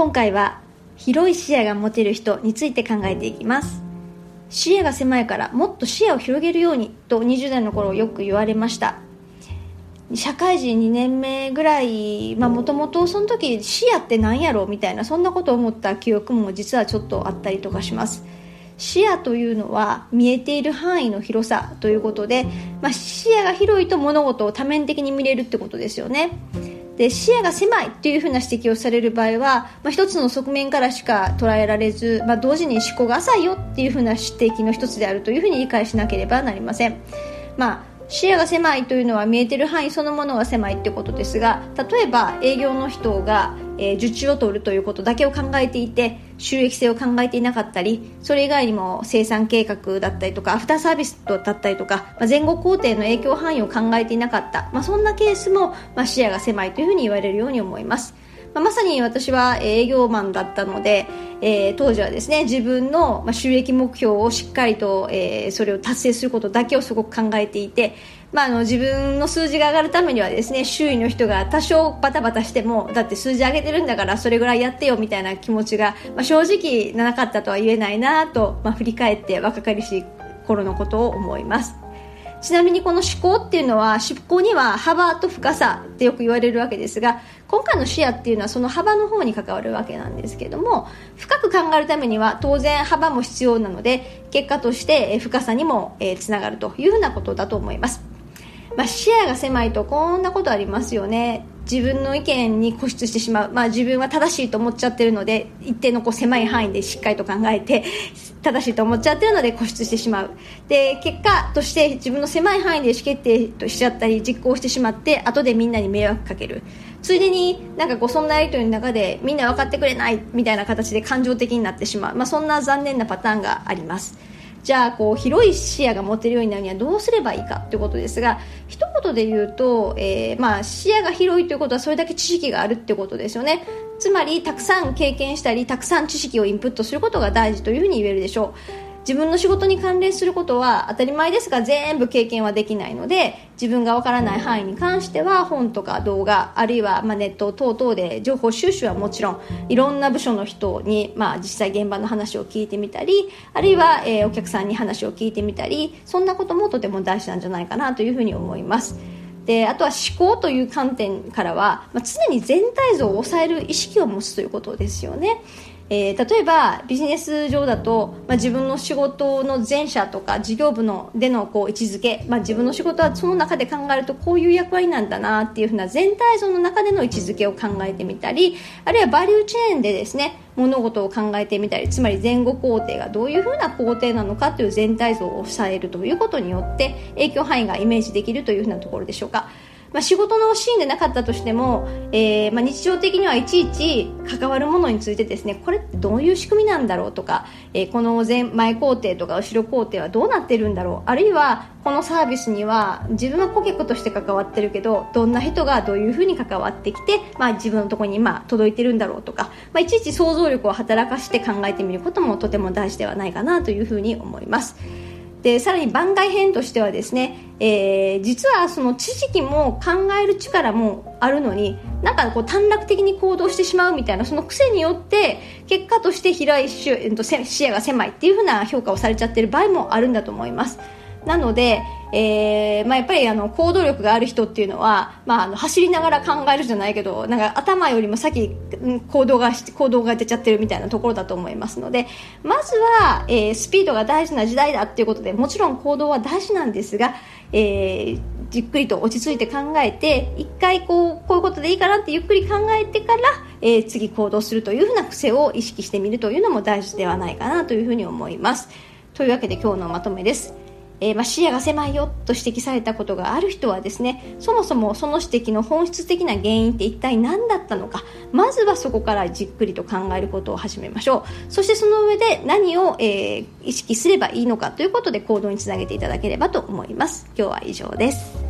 今回は広い視野が持てる人について考えていきます。視野が狭いからもっと視野を広げるようにと20代の頃よく言われました。社会人2年目ぐらい、もともとその時視野って何やろみたいな、そんなことを思った記憶も実はちょっとあったりとかします。視野というのは見えている範囲の広さということで、視野が広いと物事を多面的に見れるってことですよね。で、視野が狭いというふうな指摘をされる場合は、一つの側面からしか捉えられず、同時に思考が浅いよっていうふうな指摘の一つであるというふうに理解しなければなりません。視野が狭いというのは見えている範囲そのものが狭いってことですが、例えば営業の人が受注を取るということだけを考えていて収益性を考えていなかったり、それ以外にも生産計画だったりとかアフターサービスだったりとか、前後工程の影響範囲を考えていなかった、そんなケースも視野が狭いというふうに言われるように思います。まさに私は営業マンだったので、当時はですね、自分の収益目標をしっかりと、それを達成することだけをすごく考えていて、自分の数字が上がるためにはですね、周囲の人が多少バタバタしても、だって数字上げてるんだからそれぐらいやってよみたいな気持ちが、正直なかったとは言えないなと、振り返って若かりしい頃のことを思います。ちなみにこの思考っていうのは、思考には幅と深さってよく言われるわけですが、今回の視野っていうのはその幅の方に関わるわけなんですけども、深く考えるためには当然幅も必要なので、結果として深さにもつながるというふうなことだと思います。視野が狭いとこんなことありますよね。自分の意見に固執してしまう、自分は正しいと思っちゃってるので、一定の狭い範囲でしっかりと考えて正しいと思っちゃってるので固執してしまう。で、結果として自分の狭い範囲で意思決定としちゃったり実行してしまって、後でみんなに迷惑かける。ついでにそんなやり取りの中でみんな分かってくれないみたいな形で感情的になってしまう、そんな残念なパターンがあります。じゃあ広い視野が持てるようになるにはどうすればいいかということですが、一言で言うと、視野が広いということはそれだけ知識があるってことですよね。つまりたくさん経験したりたくさん知識をインプットすることが大事というふうに言えるでしょう。自分の仕事に関連することは当たり前ですが全部経験はできないので、自分がわからない範囲に関しては本とか動画、あるいはネット等々で情報収集はもちろん、いろんな部署の人に実際現場の話を聞いてみたり、あるいはお客さんに話を聞いてみたり、そんなこともとても大事なんじゃないかなというふうに思います。で、あとは思考という観点からは、常に全体像を抑える意識を持つということですよね。例えばビジネス上だと、自分の仕事の前者とか事業部での位置づけ、自分の仕事はその中で考えるとこういう役割なんだなっていうふうな全体像の中での位置づけを考えてみたり、あるいはバリューチェーンでですね、物事を考えてみたり、つまり前後工程がどういうふうな工程なのかという全体像を抑えるということによって影響範囲がイメージできるというふうなところでしょうか。仕事のシーンでなかったとしても、日常的にはいちいち関わるものについてですね、これってどういう仕組みなんだろうとか、この前工程とか後ろ工程はどうなってるんだろう、あるいはこのサービスには自分は顧客として関わってるけど、どんな人がどういうふうに関わってきて、自分のところに届いてるんだろうとか、いちいち想像力を働かして考えてみることもとても大事ではないかなというふうに思います。で、さらに番外編としてはですね、実はその知識も考える力もあるのに、短絡的に行動してしまうみたいな、その癖によって結果として視野が狭いっていう風な評価をされちゃっている場合もあるんだと思います。なので、やっぱり行動力がある人っていうのは、走りながら考えるじゃないけど、頭よりも先行動が出ちゃってるみたいなところだと思いますので、まずは、スピードが大事な時代だっていうことで、もちろん行動は大事なんですが、じっくりと落ち着いて考えて、一回こういうことでいいかなってゆっくり考えてから、次行動するというふうな癖を意識してみるというのも大事ではないかなというふうに思います。というわけで今日のまとめです。視野が狭いよと指摘されたことがある人はですね、そもそもその指摘の本質的な原因って一体何だったのか、まずはそこからじっくりと考えることを始めましょう。そしてその上で何を、意識すればいいのかということで行動につなげていただければと思います。今日は以上です。